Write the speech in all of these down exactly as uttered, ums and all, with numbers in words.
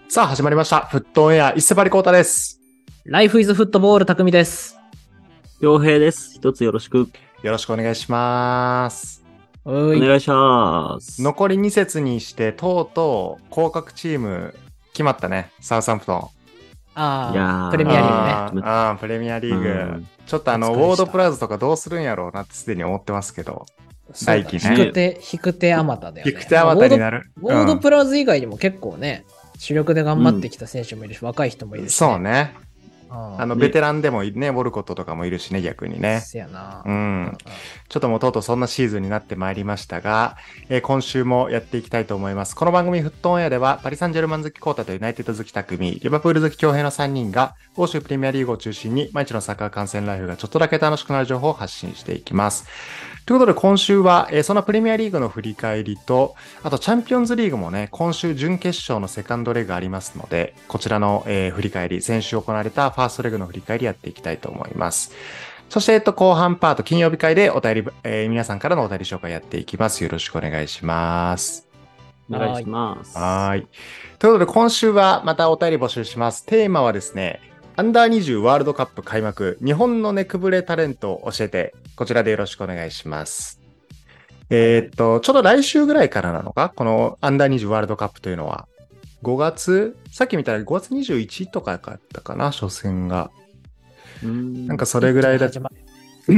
さあ始まりました。フットオンエア、伊勢張コータです。 ライフイズフットボール匠です。 陽平です。一つよろしく。 よろしくお願いします。 お願いします。 残りに節にして、とうとう降格チーム決まったね。サウサンプトン。 ああ、プレミアリーグね。ああ、プレミアリーグ。うん、ちょっとあの、ウォードプラズとかどうするんやろうなってすでに思ってますけど。 来季ね。引く手、引く手あまただよね。 引く手あまたになる。 ウォードプラズ以外にも結構ね、主力で頑張ってきた選手もいるし、うん、若い人もいるし、ね。 そうね。あの、ベテランでもね、ボルコットとかもいるしね、逆にね。 せやな。 うん。ちょっともうとうとうそんなシーズンになってまいりましたが、えー、今週もやっていきたいと思います。この番組フットオンエアでは、パリ・サンジェルマン好きコータとユナイテッド好き匠、リバプール好き強兵のさんにんが、欧州プレミアリーグを中心に、毎日のサッカー観戦ライフがちょっとだけ楽しくなる情報を発信していきます。ということで今週は、えー、そのプレミアリーグの振り返りと、あとチャンピオンズリーグもね、今週準決勝のセカンドレグありますので、こちらの、えー、振り返り、先週行われたファーストレグの振り返りやっていきたいと思います。そして、えっと、後半パート、金曜日会でお便り、えー、皆さんからのお便り紹介やっていきます。よろしくお願いします。 お願いします。 はい。ということで、今週はまたお便り募集します。テーマはですね、アンダーにじゅうワールドカップ開幕、日本のネクブレタレントを教えて、こちらでよろしくお願いします。えー、っと、ちょうど来週ぐらいからなのかこのアンダーにじゅうワールドカップというのは。ごがつさっき見たらごがつにじゅういちとかだったかな初戦が。 うんなんかそれぐらいだった。うん。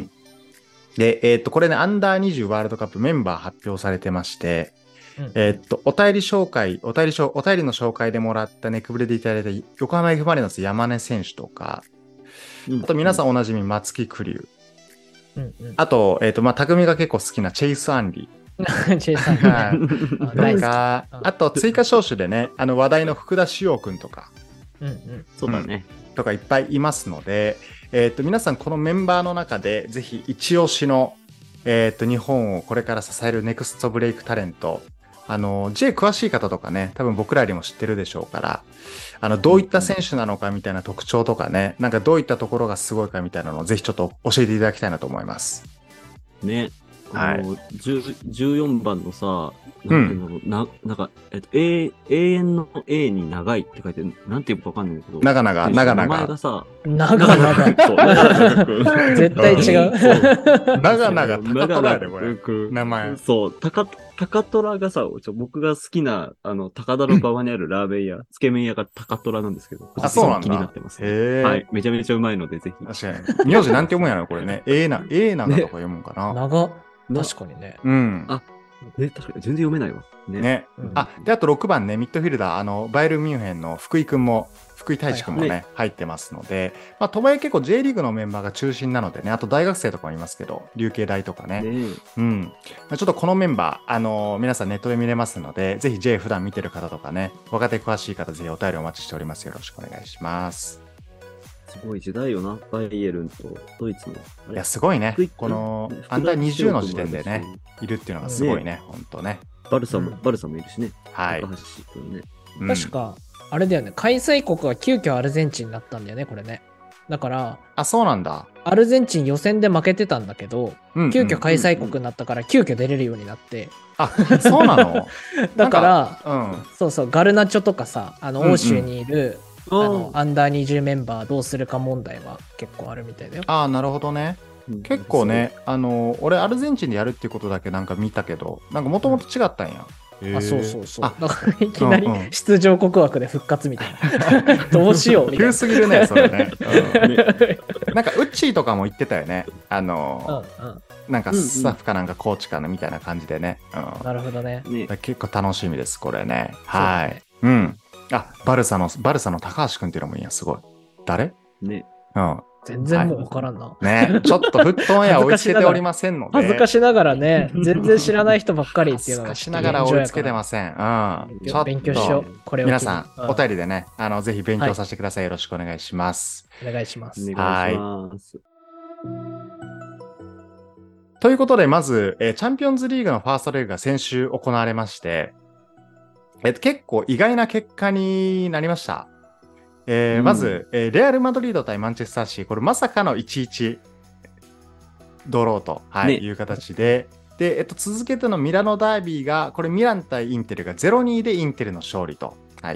で、えー、っと、これね、アンダーにじゅうワールドカップメンバー発表されてまして、うん、えー、っと、お便り紹介、お便り紹、お便りの紹介でもらったネクブレでいただいた横浜 F マリノス山根選手とか、うん、あと皆さんおなじみ松木玖生。うんうん、あと、えっ、ー、と、まあ、匠が結構好きなチェイス・アンリ。 チェイス・アンリ。 はい。なんか、あと追加招集でね、あの話題の福田師王くんとか。 うんうん。そうだね、 うん。とかいっぱいいますので、えっ、ー、と、皆さんこのメンバーの中で、ぜひ一押しの、えっ、ー、と、日本をこれから支えるネクストブレイクタレント。あの、J 詳しい方とかね、多分僕らよりも知ってるでしょうから、あの、どういった選手なのかみたいな特徴とかね、なんかどういったところがすごいかみたいなのをぜひちょっと教えていただきたいなと思います。 ね。 はい。 じゅうよんばんのさ、なんていうの、うん、な、なんか、えっと、永遠の A に長いって書いて、なんていうかわかんないけど。 長々、長々。 名前がさ、 長々。絶対違う。 長々、高虎やで、これ。名前。 そう、高、高虎がさ、ちょ僕が好きな、あの、高田の馬場にあるラーメン屋、つけ麺屋が高虎なんですけど。 あ、そうなんだ。 気になってます、ね。 へはい。めちゃめちゃうまいので、ぜひ。 確かに。名字なんて読むんやろ、これね。ええな、ええなとか読むんかな。 長。確かにね。 うん。 あ、ね、確かに全然読めないわ。 ね。ねうん、あ、で、あとろくばんね、ミッドフィルダー、あの、バイエルミュンヘンの福井くんも、福井太一くんもね、はいはい、入ってますので、まあ、とはいえ結構 J リーグのメンバーが中心なのでね、あと大学生とかもいますけど、琉球大とかね。ねうん。ちょっとこのメンバー、あのー、皆さんネットで見れますので、ぜひ J 普段見てる方とかね、若手詳しい方、ぜひお便りお待ちしております。よろしくお願いします。 すごい時代よな、バイエルンとドイツの。 いや、すごいね。この、アンダーにじゅうの時点でね、いるっていうのがすごいね、ねほんとね。 バルサも、バルサもいるしね。 はい。 高橋君ね。 確か、あれだよね、開催国は急遽アルゼンチンになったんだよね、これね。だから、 あ、そうなんだ。 アルゼンチン予選で負けてたんだけど、うんうん、急遽開催国になったから、急遽出れるようになって。 あ、そうなのだから、うん、そうそう、ガルナチョとかさ、あの、欧州にいる、うんうんあのアンダーにじゅうメンバーどうするか問題は結構あるみたいだよ。 ああ、なるほどね。結構ね、あの俺アルゼンチンでやるっていうことだけなんか見たけど、なんかもともと違ったんや。 うん、あ、そうそうそう。だからいきなり出場国枠で復活みたいな。うんうん、どうしようみたいな。 急すぎるね、それね。うん、ねなんかウッチーとかも言ってたよね。あの、うんうん、なんかスタッフかなんかコーチかなみたいな感じでね。 うん、なるほどね。 結構楽しみです、これね。はい。うん。あ、バルサの、バルサの高橋くんっていうのもいいや、すごい。誰ね。 うん。 全然もう分からんな。 はい、ね。ちょっとフットオンエア追いつけておりませんので。 恥ずかしながらね、全然知らない人ばっかりっていうのが。 恥ずかしながら追いつけてません。うん。 ちょっと勉強しよう。これを。 皆さん、うん、お便りでね、あの、ぜひ勉強させてください。はい、よろしくお願いします。 お願いします。 お願いします。 ということで、まず、えー、チャンピオンズリーグのファーストレグが先週行われまして、えっと、結構意外な結果になりました。えーうん、まず、えー、レアル・マドリード対マンチェスターシー、これまさかのいちいちドローと、はいね、いう形で、で、えっと、続けてのミラノダービーが、これミラン対インテルが ゼロたいに でインテルの勝利と。はい。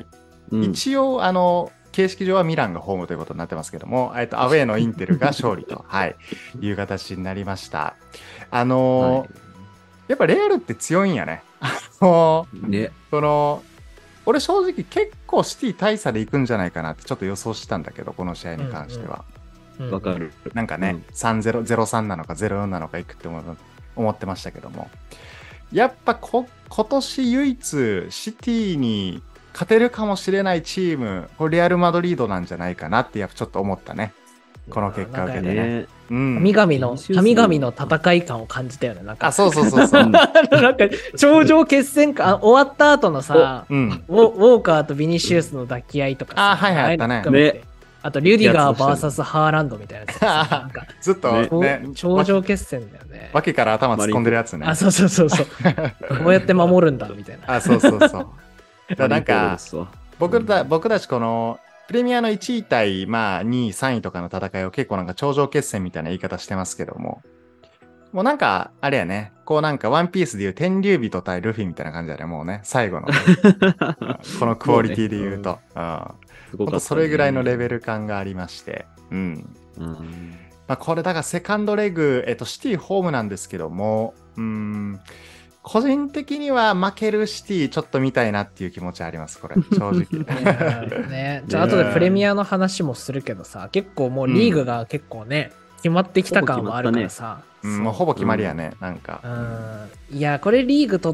うん、 一応、あの、形式上はミランがホームということになってますけども、えっと、アウェーのインテルが勝利と、はい、いう形になりました。あのーはい、やっぱレアルって強いんやね。もう、ね、その、俺正直結構シティ大差でいくんじゃないかなってちょっと予想したんだけど、この試合に関しては。 わ、うんうん、かる。 なんかね、うん、さんゼロ、ゼロさんなのかゼロよんなのかいくって思ってましたけども。やっぱこ今年唯一シティに勝てるかもしれないチーム、これレアル・マドリードなんじゃないかなってやっぱちょっと思ったね。この結果を受けてね。 うん、神々の神々の戦い感を感じたよね。なんかあ、そうそうそうそう。 なんか頂上決戦か終わった後のさ、うん、ウォーカーとビニシウスの抱き合いとかさ、 あ、はいはい、あったね。 ね、あとリュディガー ブイエス ハーランドみたいなやつなんかずっとね、 頂上決戦だよね。 脇から頭突っ込んでるやつね。 あ、そうそうそうそう。こうやって守るんだみたいな。 あ、そうそうそう。だなんか僕た僕たちこのプレミアのいちい対、まあ、にい、さんいとかの戦いを結構なんか頂上決戦みたいな言い方してますけども、もうなんか、あれやね、こうなんかワンピースでいう天竜人対ルフィみたいな感じだね、もうね、最後の、このクオリティで言うと、うん、ほんとそれぐらいのレベル感がありまして、うん。うん、まあ、これだからセカンドレグ、えっと、シティホームなんですけども、うーん、個人的には負けるシティちょっと見たいなっていう気持ちあります、これ、正直。 ね、じゃあ後でプレミアの話もするけどさ、結構もうリーグが結構ね、うん、決まってきた感もあるからさ。 うん、もうほぼ決まりやね、うん、なんか。 うん、いや、これリーグ取って、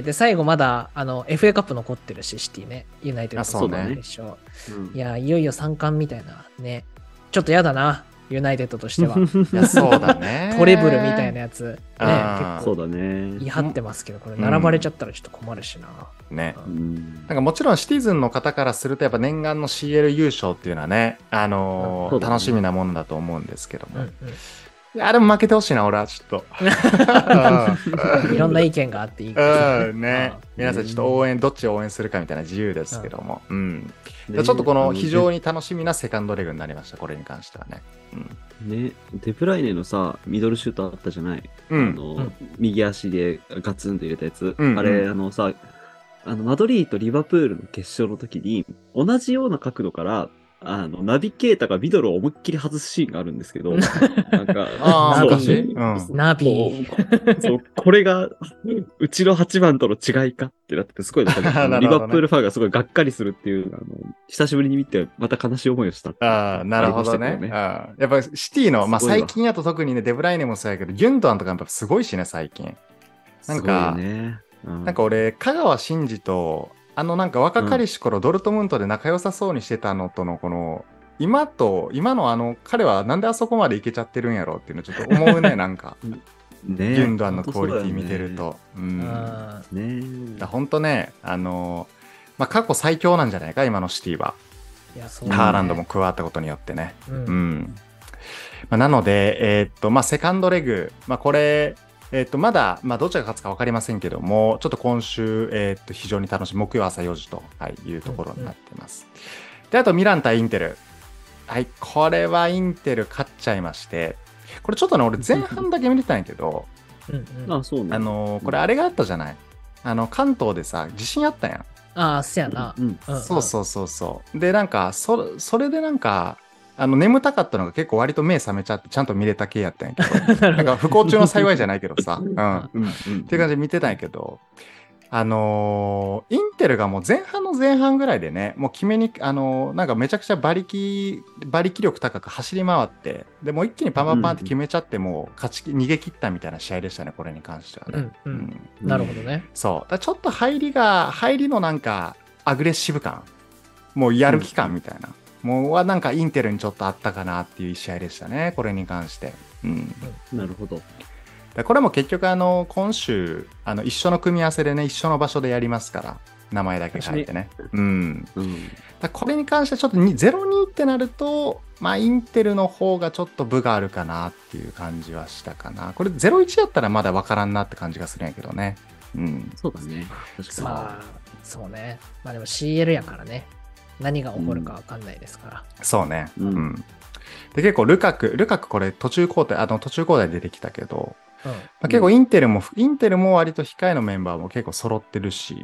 で、最後まだあの エフエー カップ残ってるし、シティね、ユナイテッドそうね。 うん、いや、いよいよさん冠みたいなね、ちょっとやだな。ユナイテッドとしては。 いや、そうだね。 トレブルみたいなやつ、ね、結構そうだね。 言い張ってますけど、これ並ばれちゃったらちょっと困るしな。 うん、ね、うん。なんかもちろんシティズンの方からすると、やっぱ念願の シーエル 優勝っていうのはね、あのーね、楽しみなものだと思うんですけども。うんうん、いや、でも負けてほしいな、俺はちょっと。 いろんな意見があっていいから、うん、ね。皆さんちょっと応援、どっちを応援するかみたいな自由ですけども。うん。うん、ちょっとこの非常に楽しみなセカンドレグになりました、これに関してはね。 うん、ね、デプライネのさ、ミドルシュートあったじゃない。うん、あの、うん、右足でガツンと入れたやつ。うん、あれ、あのさ、あの、マドリーとリバプールの決勝の時に、同じような角度から、あの、ナビゲータがミドルを思いっきり外すシーンがあるんですけど、なんか、 あナビ、うん、ナビ。 そう、これが、うちのはちばんとの違いかってなってて、すごい、なんか、ね、リバプールファンがすごいがっかりするっていう、あの、久しぶりに見て、また悲しい思いをしたってああ、なるほどね。あやっぱシティの、まあ最近やと特にね、デブライネもそうやけど、ギュンドアンとかやっぱすごいしね、最近。なんか、ねうん、なんか俺、香川真司と、あのなんか若かりし頃、うん、ドルトムントで仲良さそうにしてたのとのこの今と今のあの彼はなんであそこまでいけちゃってるんやろうっていうのちょっと思うねなんかねギュンドアンのクオリティ見てるとう、ね、うんね本当ねあのまあ過去最強なんじゃないか今のシティは。いやそうね、ハーランドも加わったことによってね。うん、うんまあ、なのでえー、っとまあセカンドレグまあこれえっと、まだ、まあ、どちらが勝つか分かりませんけども、ちょっと今週、えっと、非常に楽しい、木曜朝よじと、はい、いうところになってます。うんうん、で、あと、ミラン対インテル。はい、これはインテル勝っちゃいまして、これちょっとね、俺前半だけ見てたんやけど、 うんうん、あ、そうね。 あのー、これあれがあったじゃないあの、関東でさ、地震あったやん。 ああ、そやな、 うんうん。そうそうそうそう。で、なんか、そ、それでなんか、あの眠たかったのが結構割と目覚めちゃってちゃんと見れた系やったんやけどなんか不幸中の幸いじゃないけどさ、うんうん、っていう感じで見てたんやけどあのー、インテルがもう前半の前半ぐらいでねもう決めにあのー、なんかめちゃくちゃ馬力馬力力高く走り回ってでもう一気にパンパンパンって決めちゃってもう勝ち逃げ切ったみたいな試合でしたねこれに関してはね、 うんうんうん、なるほどねそうだちょっと入りが入りのなんかアグレッシブ感もうやる気感みたいな、うんもうはなんかインテルにちょっとあったかなっていう試合でしたねこれに関して、うん、 なるほどこれも結局あの今週あの一緒の組み合わせでね一緒の場所でやりますから名前だけ書いてね、うんうん、だこれに関してはちょっとゼロにってなるとまあインテルの方がちょっと分があるかなっていう感じはしたかなこれゼロいちだったらまだ分からんなって感じがするんやけどね、うん、 そうだね確かにまあそうねまあでも シーエル やからね何が起こるか分かんないですから、 うん、そうね、うん、で結構ルカクルカクこれ途中交代あの途中交代出てきたけど、うんまあ、結構インテルもインテルも割と控えのメンバーも結構揃ってるし、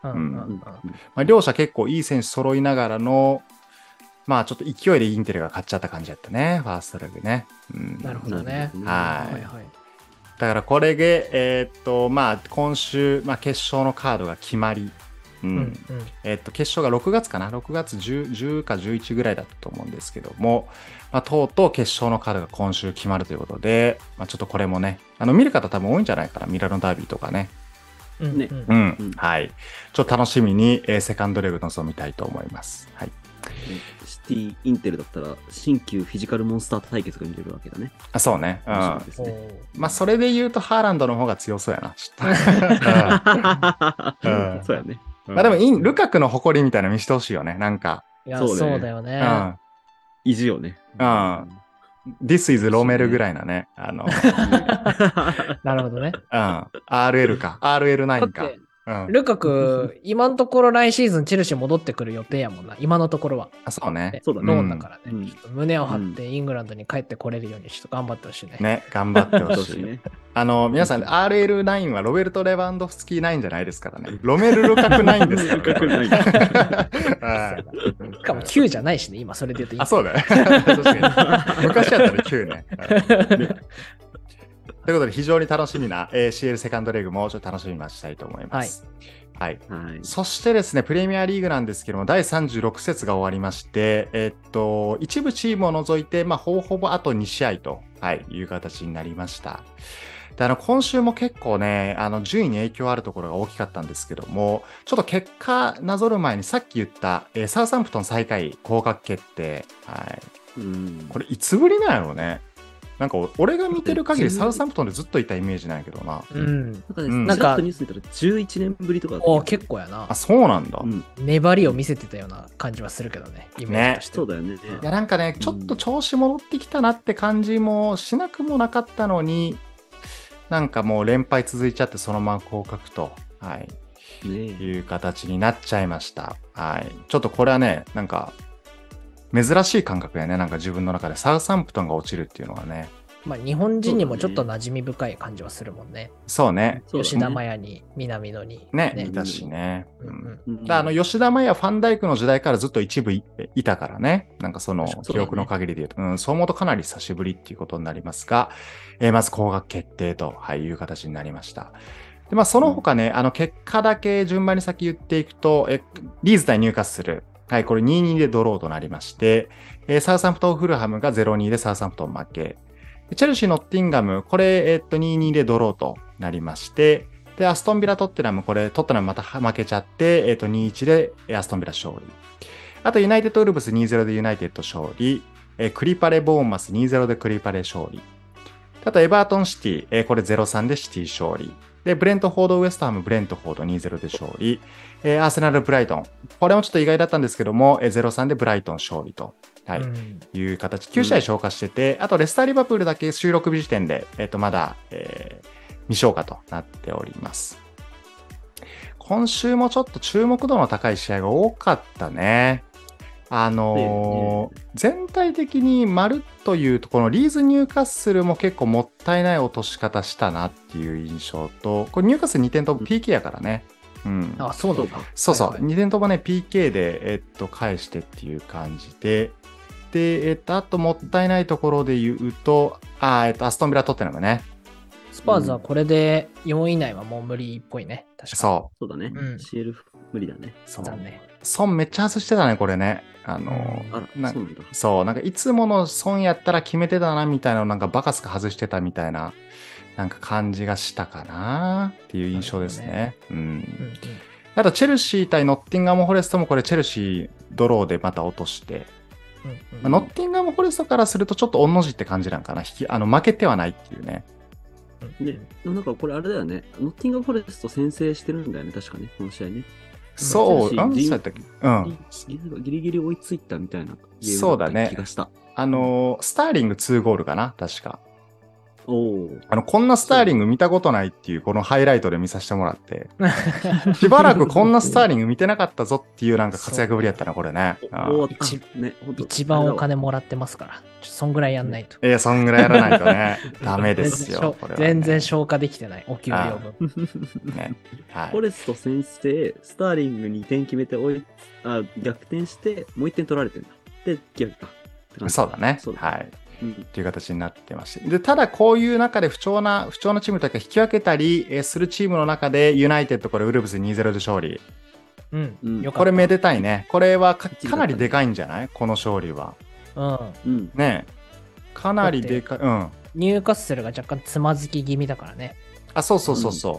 両者結構いい選手揃いながらの、まあちょっと勢いでインテルが勝っちゃった感じだったね、ファーストレグね。 うん、なるほどね。 はい。はいはい、だからこれで、えー、っと、まあ今週、まあ、決勝のカードが決まり、うんうんうん、えー、っと決勝がろくがつかな、ろくがつ じゅう, じゅうかじゅういちぐらいだったと思うんですけども、まあ、とうとう決勝のカードが今週決まるということで、まあ、ちょっとこれもね、あの見る方多分多いんじゃないかな、ミラノダービーとかね。 うんね、 うん、うん、はい。ちょっと楽しみに、えー、セカンドレグ臨みたいと思います。はい。 シティインテルだったら新旧フィジカルモンスター対決が見れるわけだね。 あ、そうね。うん。ね、まあそれで言うとハーランドの方が強そうやな。ちょっとうん、そうやね。 うん、まあでもインルカクの誇りみたいなの見せてほしいよね。なんか。 いや、そうね、そうだよね。 うん。 意地よね。 うん。This is ロメルぐらいなね。あの。 なるほどね。 うん。アールエル か。アールエルナイン か。うん、 ルカク、今のところ来シーズンチェルシー戻ってくる予定やもんな。今のところは。 あ、そうね。 そうだね。ローンだからね。うん、ちょっと胸を張ってイングランドに帰ってこれるようにちょっと頑張ってほしいね。 ね、頑張ってほしいね。あの、皆さん、アールエルナイン はロベルト・レバンドフスキーナインじゃないですからね。ロメル・ルカクナインですからね。 しかもきゅうじゃないしね、今それで言うといい。 あ、そうだね。確かに。昔だったらきゅうね。ということで非常に楽しみな、えー、シーエル セカンドレグもちょっと楽しみにしたいと思います。はい。はい。はい、そしてですね、プレミアリーグなんですけども、だいさんじゅうろく節が終わりまして、えー、っと、一部チームを除いて、まあ、ほぼほぼあとに試合と、はい、いう形になりました。で、あの、今週も結構ね、あの、順位に影響あるところが大きかったんですけども、ちょっと結果なぞる前にさっき言った、えー、サウサンプトン最下位降格決定。はい。うん。これいつぶりなんやろうね。なんか俺が見てる限りサウサンプトンでずっといたイメージなんやけどな。 うん。 なんかニュース見たらじゅういちねんぶりとか。 お結構やな。 あ、そうなんだ、うん。 粘りを見せてたような感じはするけどね。イメージとして。 ね、そうだよね。 いやなんかね、ちょっと調子戻ってきたなって感じもしなくもなかったのに、なんかもう連敗続いちゃってそのまま降格と、はい、ね、いう形になっちゃいました。はい。ちょっとこれはね、なんか珍しい感覚やね。なんか自分の中でサウサンプトンが落ちるっていうのはね。 まあ日本人にもちょっと馴染み深い感じはするもんね。 そうね。 吉田麻也に、南野に。 ね、いたしね。うんうん、だあの吉田麻也、ファンダイクの時代からずっと一部 い, いたからね。なんかその記憶の限りで言うと、う、ね、うん、そう思うとかなり久しぶりっていうことになりますが、えー、まず降格決定と、はい、いう形になりました。で、まあその他ね、うん、あの結果だけ順番に先言っていくと、えリーズ対ニューカッスル。はい、これ にたいに でドローとなりまして、えー、サウサンプトンフルハムが ゼロたいに でサウサンプトン負け。チェルシー、ノッティンガム、これ、えっと、にたいに でドローとなりまして、で、アストンビラ、トッテナム、これ、トッテナムまた負けちゃって、えっと、にたいいちでアストンビラ勝利。あと、ユナイテッドウルブス にたいゼロ でユナイテッド勝利。えー、クリパレ、ボーンマス にたいゼロ でクリパレ勝利。あと、エバートンシティ、えー、これ ゼロたいさん でシティ勝利。で、ブレントフォード、ウエストハム、ブレントフォード にたいゼロ で勝利。えー、アーセナル、ブライトン。これもちょっと意外だったんですけども、えー、ゼロたいさん でブライトン勝利と。はい、うん、いう形。きゅう試合消化してて、うん、あとレスター・リバプールだけ収録日時点で、えっと、まだ、えー、未消化となっております。今週もちょっと注目度の高い試合が多かったね。あのー、全体的に丸というと、このリーズ・ニューカッスルも結構もったいない落とし方したなっていう印象と、これニューカッスルにてんとも ピーケー やからね。うん、 あ、そうなんだ。 そうそう。はいはい、にてんともね、ピーケー で、えっと、返してっていう感じで、で、えっと、あともったいないところで言うと、あ、えっと、アストンビラ・トッテナムね。 スパーズはこれでよんい以内はもう無理っぽいね。確かそう。 そうだね。うん、シーエル 無理だね。 そうだね。損めっちゃ外してたね、これね。あの、 うん、あら、そうなんだ。 そう、なんかいつもの損やったら決めてたな、みたいなのなんかバカすか外してたみたいな、なんか感じがしたかなっていう印象ですね。ねうん。うんうん、あと、チェルシー対ノッティンガム・フォレストもこれ、チェルシードローでまた落として、うんうんまあ、ノッティンガム・フォレストからするとちょっと御の字って感じなんかな。引きあの負けてはないっていうね。 ね、なんかこれあれだよね。ノッティンガム・フォレスト先制してるんだよね、確かね、この試合ね。 そう、何歳だったっけ、うん、 ギリギリ追いついたみたいなそうだね。 気がした。 あのー、スターリングにゴールかな、確か。 おあの、こんなスターリング見たことないっていう、このハイライトで見させてもらって、しばらくこんなスターリング見てなかったぞっていうなんか活躍ぶりやったな、これね。 一ね一番お金もらってますから、そんぐらいやんないと。 いや、そんぐらいやらないとね、ダメですよ。これはね、 全然消化できてない、お給料分。 ねはい、フォレスト先生、スターリングにてん決めておいあ逆転して、もういってん取られてるんだ。で、逆か。 そうだね。はい。うん、っていう形になってまして。で、ただこういう中で不調な、不調なチームとか引き分けたり、えー、するチームの中で、ユナイテッド、これウルブス にたいゼロ で勝利。 うん。うん、 これめでたいね。これは か, かなりでかいんじゃないこの勝利は。 うん。 ねかなりでかい。うん。 ニューカッスルが若干つまずき気味だからね。 あ、そうそうそうそう。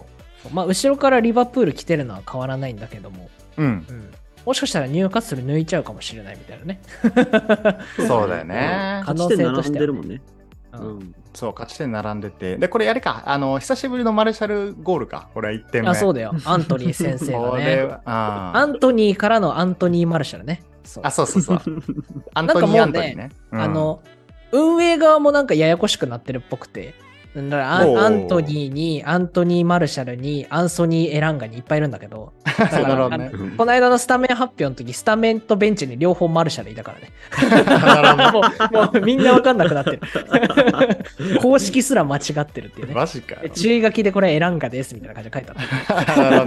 うん、まあ、後ろからリバプール来てるのは変わらないんだけども。 うん。うんもしかしたらニューカッスル抜いちゃうかもしれないみたいなね。 そうだよね。 可能性としては、ね。 もんね。 うん、そう、勝ち点並んでて。で、これやれか。あの、久しぶりのマルシャルゴールか。これはいってんめ。 あ、そうだよ。アントニー先生がね。アントニーからのアントニー・マルシャルね。 そうあ、そうそうそう。アントニー・アントニーね。 うん、あの、運営側もなんかややこしくなってるっぽくて。だからアン、アントニーに、アントニー・マルシャルに、アンソニー・エランガにいっぱいいるんだけど、だから、ね、この間のスタメン発表の時、スタメンとベンチに両方マルシャルいたからね。もう、もうみんなわかんなくなってる。公式すら間違ってるっていうね。 マジか。 注意書きでこれエランガですみたいな感じで書いてあった。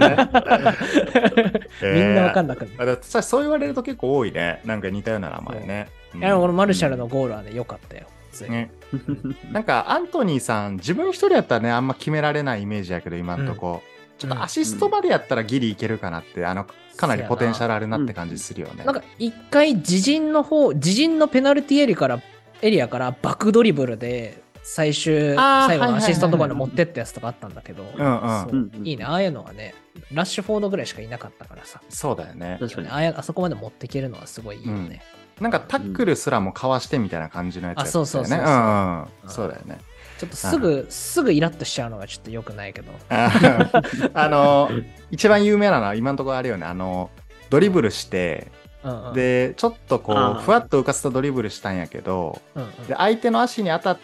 みんなわかんなくなる。 えー、そう言われると結構多いね。なんか似たような名前ね。 いや、このマルシャルのゴールはね、良かったよ。 ね、なんかアントニーさん自分一人やったらねあんま決められないイメージやけど今んとこ、うん、ちょっとアシストまでやったらギリいけるかなって、あのかなりポテンシャルあるなって感じするよね。 なんか一回自陣の方自陣のペナルティエリからエリアからバックドリブルで最終最後のアシストのところに持ってったやつとかあったんだけど、いいね、ああいうのはねラッシュフォードぐらいしかいなかったからさ。 そうだよね。 確かに あ, あそこまで持っていけるのはすごいいいよね。 うんなんかタックルすらもかわしてみたいな感じのやつやったよね。 あ、そうそうそうそう。 うんうん、そうだよね。 ちょっとすぐ、すぐイラッとしちゃうのがちょっと良くないけど。 あの、一番有名なのは今のところあるよね。あの、ドリブルして、 うんうん、 で、ちょっとこう、ふわっと浮かせたドリブルしたんやけど、うんうん、で相手の足に当たって、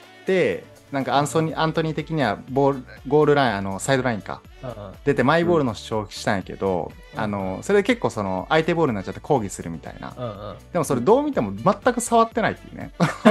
なんかアンソニー、アントニー的にはボールゴールライン、あのサイドラインか、うんうん、出てマイボールの主張したんやけど、うん、あのそれで結構その相手ボールになっちゃって抗議するみたいな、うんうん、でもそれどう見ても全く触ってないっていうね。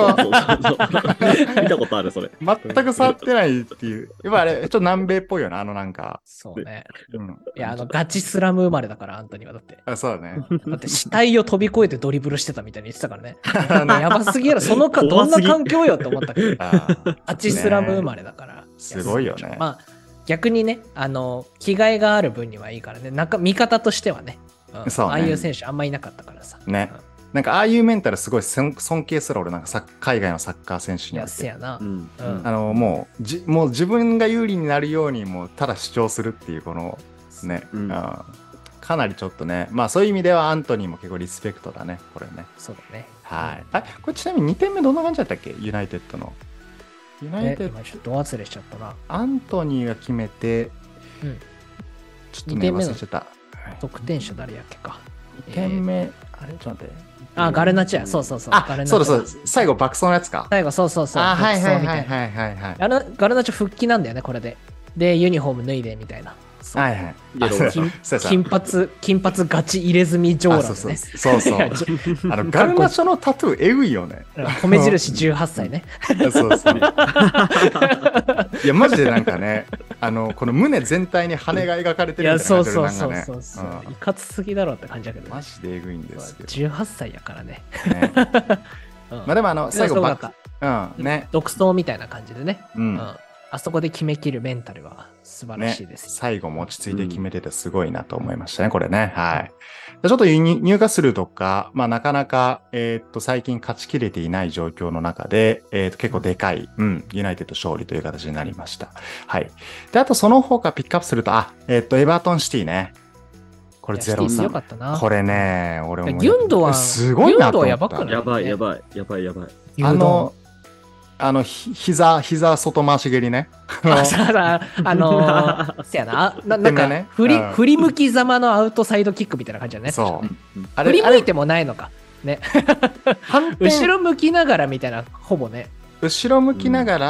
見たことあるそれ。 全く触ってないっていう。やっぱあれちょっと南米っぽいよな、あのなんか。 そうね。うん、いやあのガチスラム生まれだからアントニーはだって。 あ、そうだね。 だって死体を飛び越えてドリブルしてたみたいに言ってたからね。やばすぎやろ。そのかどんな環境よって思ったけど。ガチスラム生まれだから。 すごいよね。 まあ逆にね、あの気概がある分にはいいからね。なんか味方としてはね、うん、そうね、ああいう選手あんまいなかったからさ。 ね。うん、なんかああいうメンタルすごい尊敬する俺なんか海外のサッカー選手には。いや、せやな。 うんうん、あのもうじもう自分が有利になるようにもうただ主張するっていうこのね、うん、あかなりちょっとね、まあそういう意味ではアントニーも結構リスペクトだね、これね。 そうだね。 はい。あ、これちなみににてんめどんな感じだったっけ？ユナイテッドの。 ユナイテッド。ちょっと忘れしちゃったな。 アントニーが決めて、うん、ちょっとね、忘れちゃった。 得点手誰やっけか。 にてんめ、あれちょっと待って。 あ、ガルナチャ、そうそうそう。 あ、そうだそうだ。最後爆走のやつか。 最後、そうそうそう。 あ、はいはいはいはいはいはい。 あのガルナチャ復帰なんだよね、これで。で、ユニフォーム脱いでみたいな。 はいはい。 金髪、金髪ガチ入れ墨上乱ね。 そうそう。あの、ガルナチョのタトゥーえぐいよね。 米印じゅうはっさいね。 そうそう。いや、マジでなんかね、あの、この胸全体に羽が描かれてるみたいな感じで、 そうそうそうそう。いかつすぎだろうって感じだけど。 マジでえぐいんですけど。 じゅうはっさいやからね。 まあでもあの、最後バック。うん、ね。 独走みたいな感じでね。うん。あそこで決めきるメンタルは素晴らしいです、ねね、最後も落ち着いて決めててすごいなと思いましたね、うん、これね。はい。ちょっとニューカッスルとか、まあなかなか、えー、っと、最近勝ちきれていない状況の中で、えー、っと、結構でかい、うん、ユナイテッド勝利という形になりました。はい。で、あとその他ピックアップすると、あ、えー、っと、エバートンシティね。これゼロさん。これね、俺も。 ギュンドは、 すごいなと思った。 やばくない、ね、 やばいやばい、やばいやばい。 あの、あの、ひ、膝、膝外回し蹴りね。 あ、そうだ、あのー、せやな、な、なんか、ね、振り、うん、振り向きざまのアウトサイドキックみたいな感じだね。 そう。 あれ振り向いてもないのか。ね。後ろ向きながらみたいな、ほぼね。 後ろ向きながら、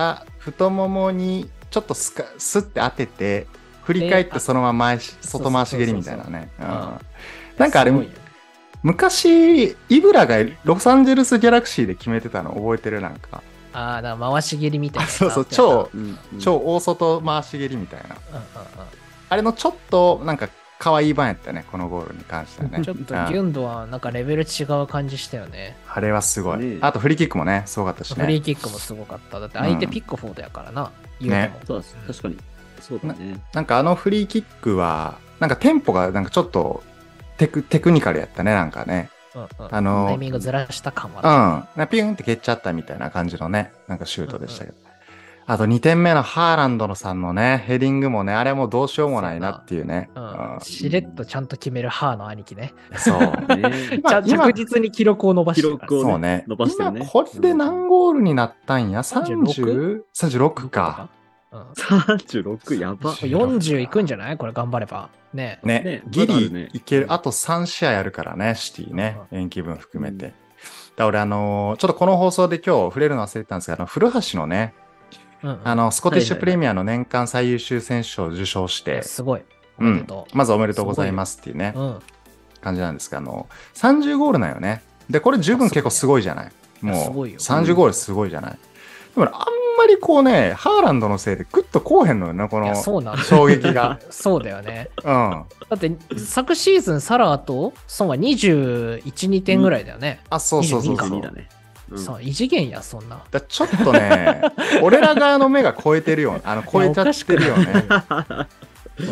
太ももにちょっとスカスッて当てて振り返ってそのまま前し外回し蹴りみたいなね。なんかあれ昔イブラがロサンゼルスギャラクシーで決めてたの覚えてる？なんかああ、だから回し蹴りみたいな。 そうそう、超、うん、超大外回し蹴りみたいな、うんうんうん、あれのちょっとなんか可愛い版やったね、このゴールに関してはね。 ちょっとギュンドはなんかレベル違う感じしたよね。 あれはすごい、ね、あとフリーキックもねすごかったしね。 フリーキックもすごかった。だって相手ピックフォードやからな、 うん、ね。そう確かにそうだね。 な, なんかあのフリーキックはなんかテンポがなんかちょっとテクテクニカルやったね、なんかね。 うんうん、あのタイミングずらした感はあった。うん。ピュンって蹴っちゃったみたいな感じのね、なんかシュートでしたけど。うんうん、あとにてんめのハーランドのさんのね、ヘディングもね、あれもどうしようもないなっていうね。 ううんうん、しれっとちゃんと決めるハーの兄貴ね。 そう。ね、 着実に記録を伸ばしてる。 記録を、ね、そうね。伸ばしてるね。 今これで何ゴールになったんや？ さんじゅう？ さんじゅうろく か。 うん、さんじゅうろくやば。 よんじゅういくんじゃない？これ頑張れば。ね。 ね。ねギリいける。あとさん試合あるからね、シティね。延期分含めて。うん、だ俺あのー、ちょっとこの放送で今日触れるの忘れてたんですけど、古橋のね、うんうん、あの、スコティッシュプレミアの年間最優秀選手を受賞して、はいはいはい、 すごい。 おめでとう、うん。まずおめでとうございますっていうね、うん、感じなんですが、あの、さんじゅうゴールなんよね。で、これ十分結構すごいじゃない。もう、さんじゅうゴールすごいじゃない。でもあんまりこうね、ハーランドのせいでグッとこうへんのよな、この衝撃が。 そうだよね。 うん。 だって昨シーズンサラーとソンはにじゅういち、にてんぐらいだよね。 あ、そうそうそうそう。 にじゅうにだね。うん、そう、異次元や、そんな。 だちょっとね、俺ら側の目が超えてるよ。あの、超えちゃってるよね。うん、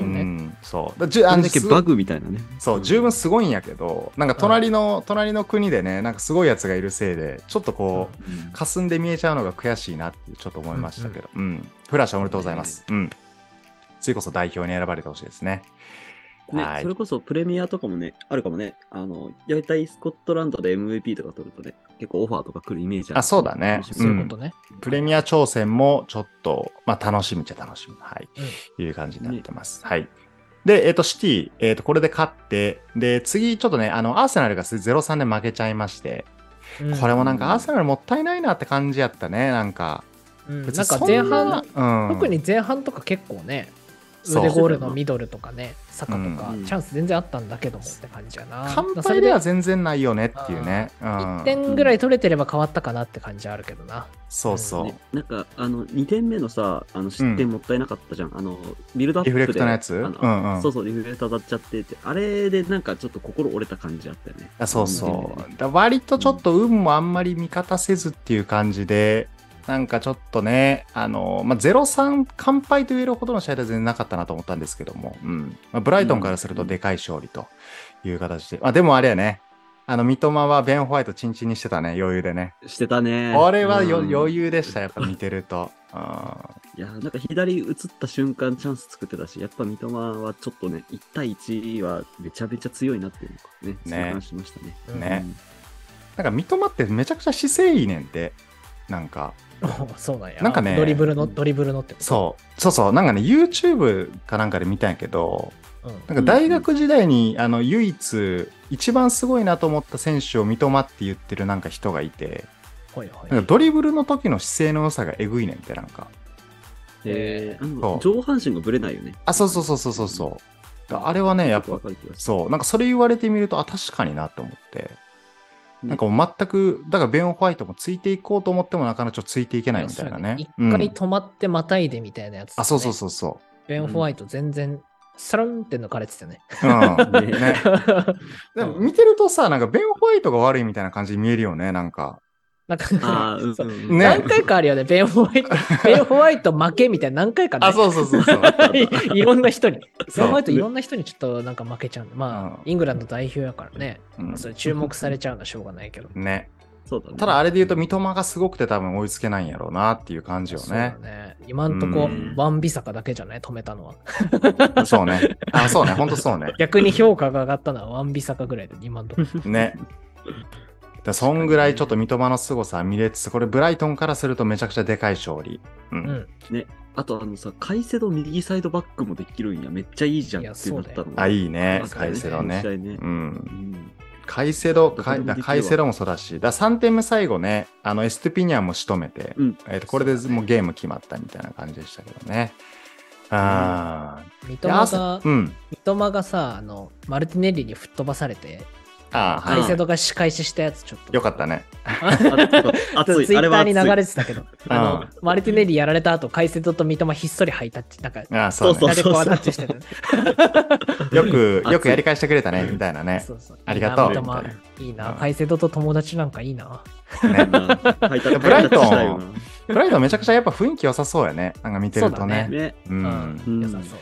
そう。だじあんだけバグみたいなね。 そう、十分すごいんやけど、なんか隣の、うん、隣の国でね、なんかすごいやつがいるせいで、ちょっとこう、うん、霞んで見えちゃうのが悔しいなってちょっと思いましたけど、うん、うん。フラッシュおめでとうございます。うん。次こそ代表に選ばれてほしいですね。 ね、はい、それこそプレミアとかもね、あるかもね。あの、やりたいスコットランドで エムブイピー とか取るとね、結構オファーとか来るイメージある。 あ、そうだね。 そういうことね。 うん、プレミア挑戦もちょっと、まあ楽しみっちゃ楽しみ。はい。うん、いう感じになってます。ね、はい。で、えっ、ー、と、シティ、えっ、ー、と、これで勝って、で、次、ちょっとね、あの、アーセナルが ゼロさん で負けちゃいまして、うん、これもなんかアーセナルもったいないなって感じやったね、なんか。 うん、なんか前半、うん、特に前半とか結構ね、腕ゴールのミドルとかね、サカとか、うん、チャンス全然あったんだけどもって感じやな。 完敗では全然ないよねっていうね。 うん、いってんぐらい取れてれば変わったかなって感じはあるけどな。 そうそう。うんね、なんか、あの、にてんめのさ、あの失点もったいなかったじゃん。うん、あの、ビルドアップで。 リフレクトのやつ、うんうん、 そうそう、リフレクト当たっちゃってて、あれでなんかちょっと心折れた感じあったよね。 あそうそう。だ割とちょっと運もあんまり味方せずっていう感じで、なんかちょっとね、あの、まあ、ゼロさん 完敗と言えるほどの試合では全然なかったなと思ったんですけども、うん。まあ、ブライトンからするとでかい勝利という形で。まあ、でもあれやね、あの、三笘はベン・ホワイトチンチンにしてたね、余裕でね。 してたね。 これはよ、うん、余裕でした、やっぱ見てると。うん、 いや、なんか左移った瞬間チャンス作ってたし、やっぱ三笘はちょっとね、いち対いちはめちゃめちゃ強いなっていうのがね、痛感しましたね。 ね。うん、なんか三笘ってめちゃくちゃ姿勢いいねんって、なんか。 そうなんや。 なんかね、 ドリブルの、ドリブルのってこと。 そう。そうそう。なんかね、YouTube かなんかで見たんやけど、うん、なんか大学時代に、あの、唯一、一番すごいなと思った選手を三笘って言ってるなんか人がいて、はいはい、なんかドリブルの時の姿勢の良さがえぐいねんって、なんか。 えー、あの上半身がぶれないよね。 あ、そうそうそうそうそうそう。あれはね、やっぱ、そう。なんかそれ言われてみると、あ、確かになと思って。なんかもう全く、だからベン・ホワイトもついていこうと思ってもなかなかちょっとついていけないみたいなね。 一、ね、回止まってまたいでみたいなやつ、ねうん。あ、そうそうそうそう。 ベン・ホワイト全然、サランって抜かれてたよね。 うん。ね、でも見てるとさ、なんかベン・ホワイトが悪いみたいな感じに見えるよね、なんか。 なんかそう、うん、何回かあるよね、ベン・ホワイト。ベン・ホワイト負けみたいな何回かね。 あ、そうそうそうそう。 いろんな人に。ベン・ホワイトいろんな人にちょっとなんか負けちゃう。まあ、うん、イングランド代表やからね。うん、それ注目されちゃうのはしょうがないけど。 ね。 そうだね、 ただあれで言うと三笘がすごくて多分追いつけないんやろうなっていう感じよね。そうだね。今んとこ、ワンビサカだけじゃない止めたのは。 そうね。あ、そうね。ほんとそうね。 逆に評価が上がったのはワンビサカぐらいで今んとこ。 ね。だそんぐらいちょっと三笘の凄さ見れつつ、これブライトンからするとめちゃくちゃでかい勝利。うん。うん、 ね。あとあのさ、カイセド右サイドバックもできるんや。めっちゃいいじゃんってなったの。 あ、いいね。カイセドね。 ねうん。うんカイセド、カイカイセドもそうだし、ださんてんめ最後ね、あのエストゥピニャンも仕留めて、うん、えー、とこれでもうゲーム決まったみたいな感じでしたけどね。ああ、三笘が、うん、三笘がさ、あのマルティネッリに吹っ飛ばされて、ああ、カイセドが仕返ししたやつちょっと。 よかったね。 ツイッターに流れてたけど、あの、マルティネリやられた後、カイセドと三笘ひっそりハイタッチ、なんか、 ああそうそうそうそう。タッチしてた。よく、よくやり返してくれたね、みたいなね。そうそうありがとう。 いいな、カイセドと友達なんかいいな。 ね、ブライトン、ブライトンめちゃくちゃやっぱ雰囲気良さそうやね。なんか見てるとね。ねうん。良さそう。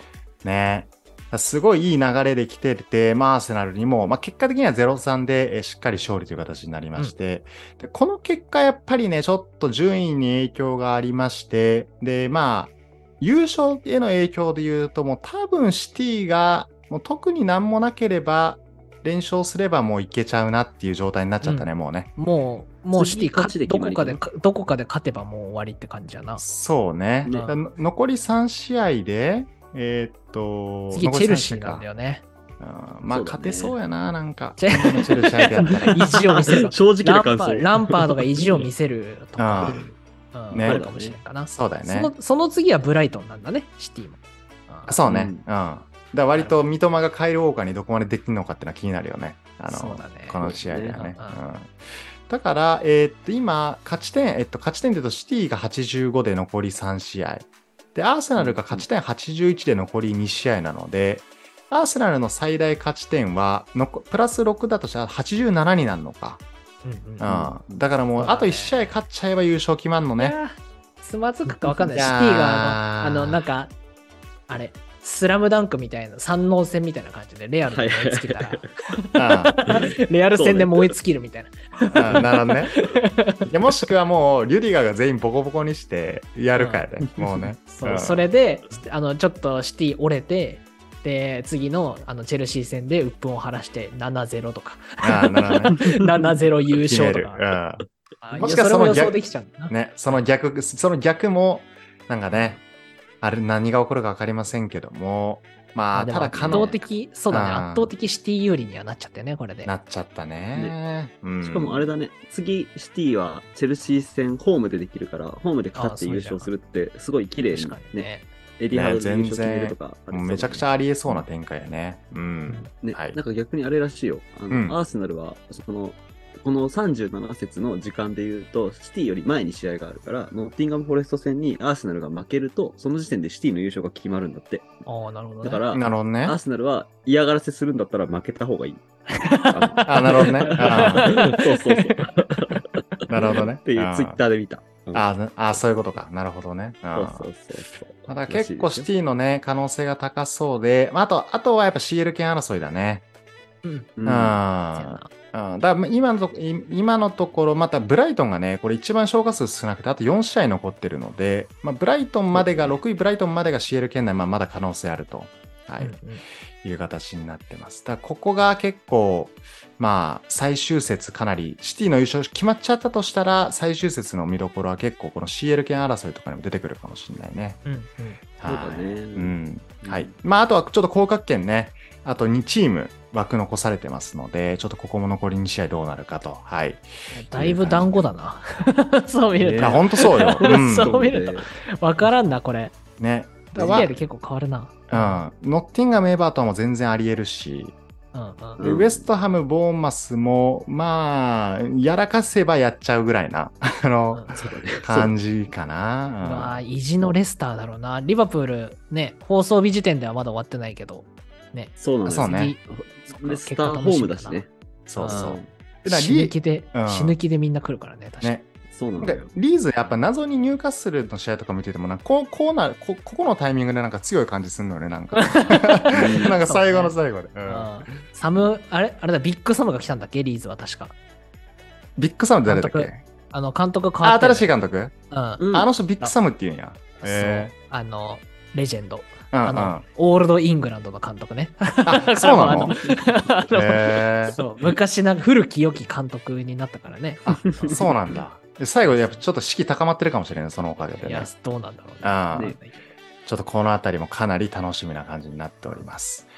ね。すごいいい流れで来てて、まあ、アーセナルにも、まあ、結果的には ゼロたいさん で、えしっかり勝利という形になりまして、うん、でこの結果、やっぱりね、ちょっと順位に影響がありまして、で、まあ、優勝への影響で言うと、もう多分シティが、もう特になんもなければ、連勝すればもういけちゃうなっていう状態になっちゃったね、うん、もうね。 もう、もうシティ勝ちでどこかで、どこかで勝てばもう終わりって感じやな。 そうね。ね残りさん試合で、えー、っと、 次、チェルシーなんだよね。 うん、まあ、勝てそうやな、なんか。 チェルシー相手やったら。意地を見せる。 正直な感想。 ランパードが意地を見せるとか、うん、ね、あるかもしれないかな。 そうだよね。 その、その次はブライトンなんだね、シティも。 うん、そうね。うん。うん、だから割と三笘がカイル・ウォーカーにどこまでできるのかっていうのは気になるよね。あの、そうだね、この試合ではね。うんうん、だから、えー、っと、今、勝ち点、えっと、勝ち点で言うと、シティがはちじゅうごで残りさん試合。で、アーセナルが勝ち点はちじゅういちで残りに試合なので、アーセナルの最大勝ち点はのプラスろくだとしたらはちじゅうななになるのか。うんうんうん、だからもう、あといち試合勝っちゃえば優勝決まるのね。 つまずくか分かんない。シティがあの、あの、なんか、あれ、スラムダンクみたいな、三能戦みたいな感じで、レアルで燃え尽きたら、レアル戦で燃え尽きるみたいな。 あなるほどね。いやもしくはもう、リュディガーが全員ボコボコにしてやるかやで、ね、もうね。 そう、それで、あの、ちょっとシティ折れて、で、次のあのチェルシー戦で鬱憤を晴らしてななたいゼロとか。あなるほどね。ななたいゼロ優勝とか。 もしかしたらその逆、ね、その逆、その逆も、なんかね、あれ何が起こるか分かりませんけども、まあ、ただ圧倒的、そうだね、圧倒的シティ有利にはなっちゃったよね、これで。 なっちゃったね。ねうん、しかもあれだね、次、シティはチェルシー戦ホームでできるから、ホームで勝って優勝するって、すごい綺麗にね。エディハードで優勝決めるとか、ね、 全然めちゃくちゃありえそうな展開やね。うん。 ね、はい、なんか逆にあれらしいよ。あの、うん、アーセナルは、その、このさんじゅうなな節の時間で言うと、シティより前に試合があるから、ノッティンガム・フォレスト戦にアーセナルが負けると、その時点でシティの優勝が決まるんだって。 ああ、なるほど、 ね。だから、 なるほどね、 アーセナルは嫌がらせするんだったら負けた方がいい。 ああ、なるほどね。あそうそうそう。 なるほどね。 っていうツイッターで見た。 うん、ああ、そういうことか。なるほどね。 そうそうそうそう。 ただ結構シティのね、可能性が高そうで、あと、あとはやっぱ シーエル 権争いだね。うん。うん。うん、だから今のと今のところ、またブライトンがね、これ一番消化数少なくて、あとよん試合残ってるので、まあ、ブライトンまでが、ろくいブライトンまでが シーエル 圏内、まあ、まだ可能性あると、はい、うんうん、いう形になってます。だからここが結構、まあ、最終節かなり、シティの優勝決まっちゃったとしたら、最終節の見どころは結構、この シーエル 権争いとかにも出てくるかもしれないね。うんうん、 そうだね。うん。 はい。まあ、あとはちょっと降格圏ね、あとにチーム枠残されてますので、ちょっとここも残りに試合どうなるかと。はい。 だいぶ団子だな。そう見ると。 いや、ほんとそうよ。 うん、そう見ると。わからんな、これ。 ね。 リアル結構変わるな。 うん。ノッティンガム、エバートンも全然あり得るし、うんうん、ウエストハム、ボーンマスも、まあ、やらかせばやっちゃうぐらいな、あの、うん、感じかな。 うん、まあ、意地のレスターだろうな。リバプール、ね、放送日時点ではまだ終わってないけど、ね。 そうなんですね。レスターホームだしね。 そうそう。 死ぬ気で、うん、死ぬ気でみんな来るからね、確かに。ね、 そうなんだよ。 リーズやっぱ謎にニューカッスルの試合とか見ててもなんかこう、こうなるこ、ここのタイミングでなんか強い感じするのよね、なんか。なんか最後の最後で。うん、 サム、あれあれだ、ビッグサムが来たんだっけ、リーズは確か。 ビッグサムって誰だっけ？ あの、監督変わって。 新しい監督？うん。 あの人ビッグサムって言うんや。 えー、そう。あの、レジェンド。あの、うんうん、オールドイングランドの監督ね。 あ、そうなの？ へー、そう。昔なんか古き良き監督になったからね。 あ、そうなんだ。最後やっぱちょっと士気高まってるかもしれない、そのおかげでね。 いや、どうなんだろうね。 あね、ちょっとこのあたりもかなり楽しみな感じになっております。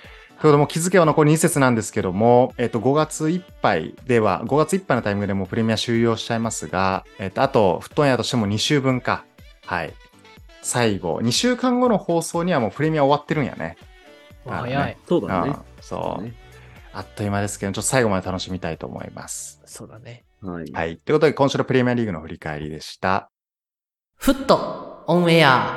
ということで、もう気づけば残りに節なんですけども、えっと、ごがついっぱいでは、ごがついっぱいのタイミングでもうプレミア終了しちゃいますが、えっと、あと、フットオンエアとしてもに週分か。はい。最後、にしゅうかんごの放送にはもうプレミア終わってるんやね。 早い。 そうだね。 そう。あっという間ですけど、ちょっと最後まで楽しみたいと思います。 そうだね。 はい。 はい。ということで、今週のプレミアリーグの振り返りでした。 フットオンエア。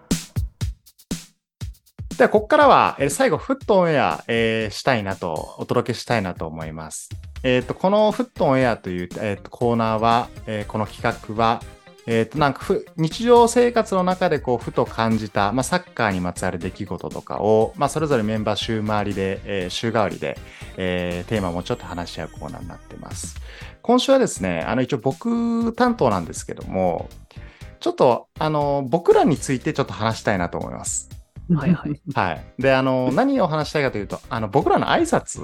では、ここからは、えー、最後、フットオンエア、えー、したいなと、お届けしたいなと思います。えっと、このフットオンエアという、えー、とコーナーは、えー、この企画は、えっと、なんかふ、日常生活の中でこう、ふと感じた、まあ、サッカーにまつわる出来事とかを、まあ、それぞれメンバー週回りで、えー、週替わりで、えー、テーマもちょっと話し合うコーナーになってます。今週はですね、あの、一応僕担当なんですけども、ちょっと、あの、僕らについてちょっと話したいなと思います。 はいはい。 はい。で、あの、何を話したいかというと、あの、僕らの挨拶。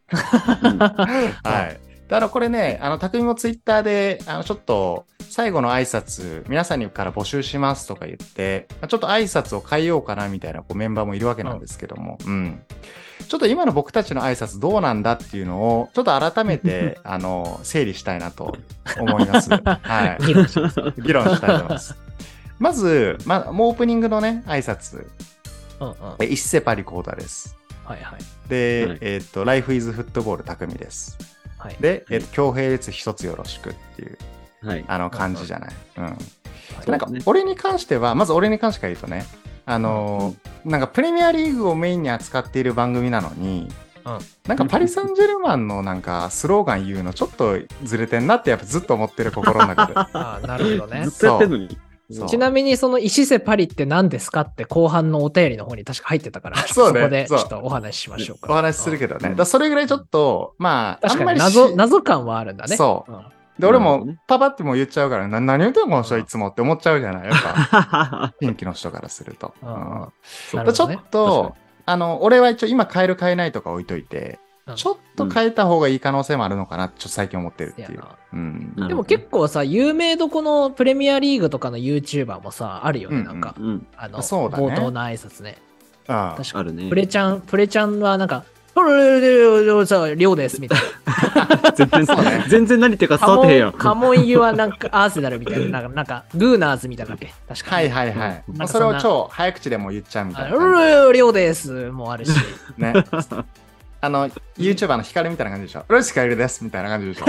はい。で、あの、これね、あの、匠もツイッターで、あの、ちょっと、最後の挨拶、皆さんにから募集しますとか言って、ちょっと挨拶を変えようかなみたいなこうメンバーもいるわけなんですけども、うん、うん。ちょっと今の僕たちの挨拶どうなんだっていうのを、ちょっと改めて、あの、整理したいなと思います。はい。議論したいと思います。まず、ま、もうオープニングのね、挨拶。うんうん、え、一世パリコーダです。 はいはい。 で、はい、えっ、ー、と、ライフイズフットボール匠です。はい。で、えっ、ー、と、強兵列一つよろしくっていう、はい、あの感じじゃない。うん。はい、なんか、俺に関しては、まず俺に関して言うとね、あのーうん、なんかプレミアリーグをメインに扱っている番組なのに、うん、なんかパリ・サンジェルマンのなんかスローガン言うのちょっとずれてんなってやっぱずっと思ってる心の中で。 ああ、なるほどね。 ずっとやってんのに。 ちなみにその石瀬パリって何ですかって後半のお便りの方に確か入ってたから、そうね、そこでちょっとお話ししましょうか。 お話しするけどね。だそれぐらいちょっと、まあ、 確かに謎、謎感はあるんだね。 そう。うん、で、俺もパパっても言っちゃうから、な何言ってんのこの人いつもって思っちゃうじゃないやっぱ、新規の人からすると。うんうんね、ちょっと、あの、俺は一応今変える変えないとか置いといて、ちょっと変えた方がいい可能性もあるのかなってちょっと最近思ってるっていう。うん、 でも結構さ、有名どこのプレミアリーグとかの YouTuber もさ、あるよね、うん、なんか。うん、あの、そうだね、冒頭の挨拶ね。 ああ、 確かあるね。 プレちゃん、プレちゃんはなんか、りょうですみたいな。 全然そうね。全然何言ってるか伝わってへんやん。 カモンユはなんかアーセナルみたいな、なんかグーナーズみたいなっけ確かに。はいはいはい。まあ、それを超早口でも言っちゃうみたいな。 りょうですもあるし。 ね。あの、YouTuber のヒカルみたいな感じでしょ。ロシカルですみたいな感じでしょ。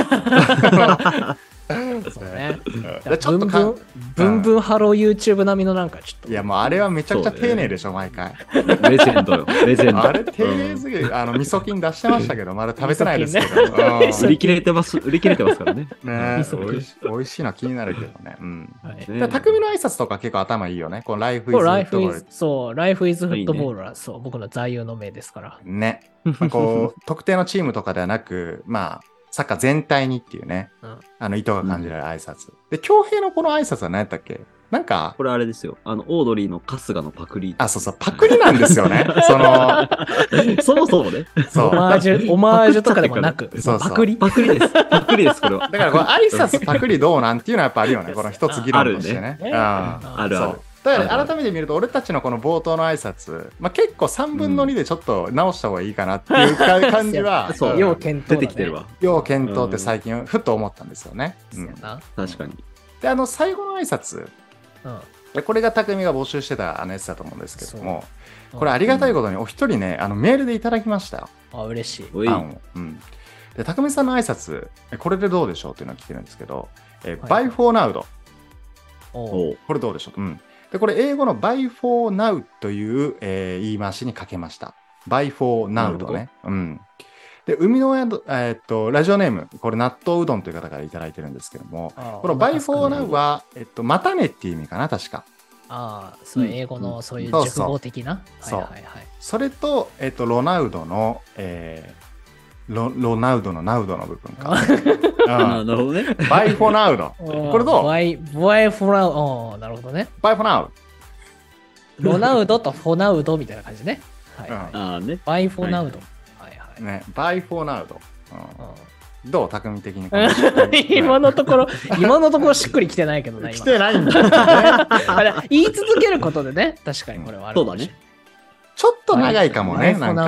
そうね。ちょっとかん、ブンブンハロー YouTube 並みのなんかちょっと。 いやもうあれはめちゃくちゃ丁寧でしょ、毎回。 レジェンドよ、レジェンド。 あれ丁寧すぎる。あの、味噌菌出してましたけど、まだ食べてないですけど。 売り切れてます、売り切れてますからね。 ね美味しいのは気になるけどね。うん。匠の挨拶とか結構頭いいよね。このライフイズフットボール。 そう、ライフイズフットボールはそう、僕の座右の銘ですから。 ね。こう、特定のチームとかではなく、まあ、サッカー全体にっていうね、うん、あの意図が感じられる挨拶。うん、で、恭平のこの挨拶は何やったっけ？なんか、 これあれですよ。あの、オードリーの春日のパクリ。 あ、そうそう、パクリなんですよね。その、 そもそもね。 そう。オマージュ、オマージュとかでもなく、 そうそうパクリパクリです。パクリです、これは。 だからこの挨拶パクリどうなんっていうのはやっぱあるよね。この一つ議論としてね。 あるね。あるある。 だから改めて見ると俺たちのこの冒頭の挨拶、まあ、結構さんぶんのにでちょっと直した方がいいかなっていう感じは、 そう、要検討、 出てきてるわ。 要検討って最近ふっと思ったんですよね。 うん、 確かに。 で、あの最後の挨拶、うん、これが匠が募集してたあのやつだと思うんですけども、これありがたいことにお一人ね、あのメールでいただきました。 あ、嬉しい。 案を。うん。で、匠さんの挨拶、これでどうでしょうっていうのを聞いてるんですけど、えー、Bye for now。これどうでしょう。うん。で、これ英語の Buy for now という、えー、言い回しにかけました。Buy for now とね。うん。で、生みの親の、えー、っと、ラジオネーム、これ納豆うどんという方からいただいてるんですけども、この Buy for now は、えっと、またねっていう意味かな、確か。 ああ、そういう英語の、うん、そういう熟語的な。 そう。はいはいはい。それと、えっと、ロナウドの、えー、ロ, ロナウドのナウドの部分か。 なるほどね。 バイフォーナウド。これどう？ バイフォーナウド。なるほどね。 バイフォーナウド。ロナウドとフォナウドみたいな感じね。はい、はい。 ああね。 バイフォーナウド。はいはい。 ね、バイフォーナウド。どう匠的に。 今のところ、今のところしっくりきてないけどね。 来てないんだよね。 言い続けることでね、確かにこれはある。 そうだね。 ちょっと長いかもね、なんか。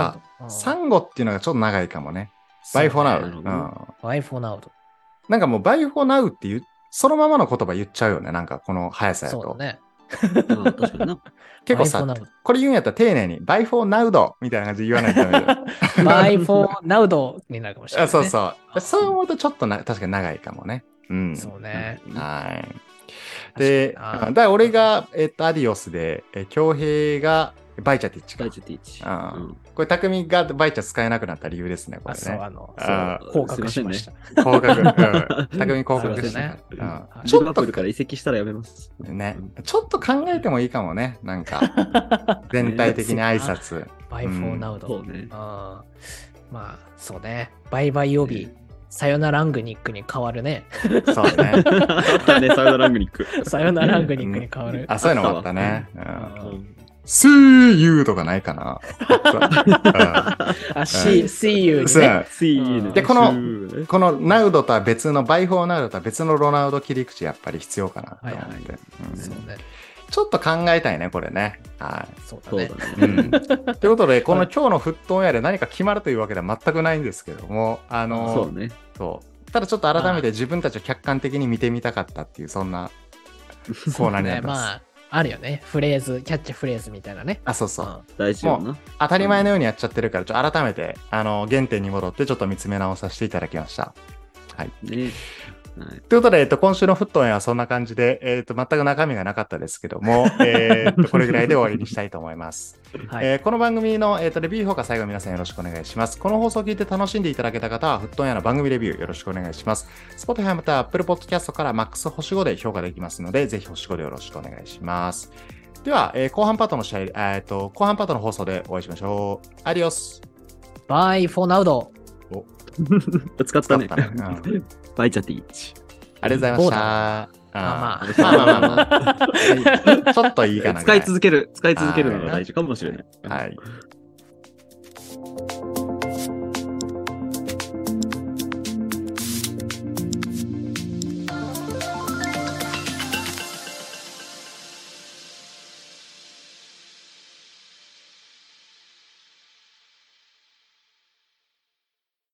サンゴっていうのがちょっと長いかもね。Bye for now。うん。 Bye for now。 なんかもう Bye for now っていう、そのままの言葉言っちゃうよね。なんかこの速さやと。 そうだね。 確かにな。 結構さ、これ言うんやったら丁寧に Bye for now みたいな感じで言わないとダメだよ。 Bye for now になるかもしれない、ね。 そうそう。そう思うとちょっとな確かに長いかもね。うん。 そうね。 はい。で、だから俺が、えっと、アディオスで、え、恭平がバイチャティッチか。 バイチャティッチ。 うん。これ、匠がバイチャ使えなくなった理由ですね、これね。 そう、あの、降格しました。 降格。うん。匠降格したね。 うん。ちょっとから移籍したらやめます。 ね。ちょっと考えてもいいかもね。なんか、全体的に挨拶。 バイフォーナウド。そうね。まあ、そうね。バイバイ予備。サヨナラングニックに変わるね。 そうね。 あったね、サヨナラングニック。 サヨナラングニックに変わる。 あ、そういうのもあったね。See you とかないかな。 あ、see, see you ね。 see you で、この、このナウドとは別の、バイフォーナウドとは別のロナウド切り口やっぱり必要かなと思って。そうね。ちょっと考えたいね、これね。はい。 そうだね。 うん、ということで、この今日のフットオンエアで何か決まるというわけでは全くないんですけども、あの、 そうね。 そう。ただちょっと改めて自分たちを客観的に見てみたかったっていう、そんなコーナーになります。 まあ、あるよね。フレーズ、キャッチフレーズみたいなね。 あ、そうそう。うん、 大事よな。 当たり前のようにやっちゃってるから、ちょっと改めて、あの、原点に戻ってちょっと見つめ直させていただきました。はい。ねはい、ということで、えっと、今週のフットオンエアはそんな感じで、えっと、全く中身がなかったですけども、えっと、これぐらいで終わりにしたいと思います。はいえー、この番組の、えっと、レビュー評価最後皆さんよろしくお願いします。この放送を聞いて楽しんでいただけた方は、フットオンエアの番組レビューよろしくお願いします。Spotify または Apple Podcast からマックス星ごで評価できますので、ぜひ星ごでよろしくお願いします。では、えー、後半パートの試合、えっと、後半パートの放送でお会いしましょう。アディオス。 バイフォーナウド。 お使ったね。バイチャティーチ。 ありがとうございました。 まあまあまあまあまあ。ちょっといいかな。 使い続ける、使い続けるのが大事かもしれない。 はい。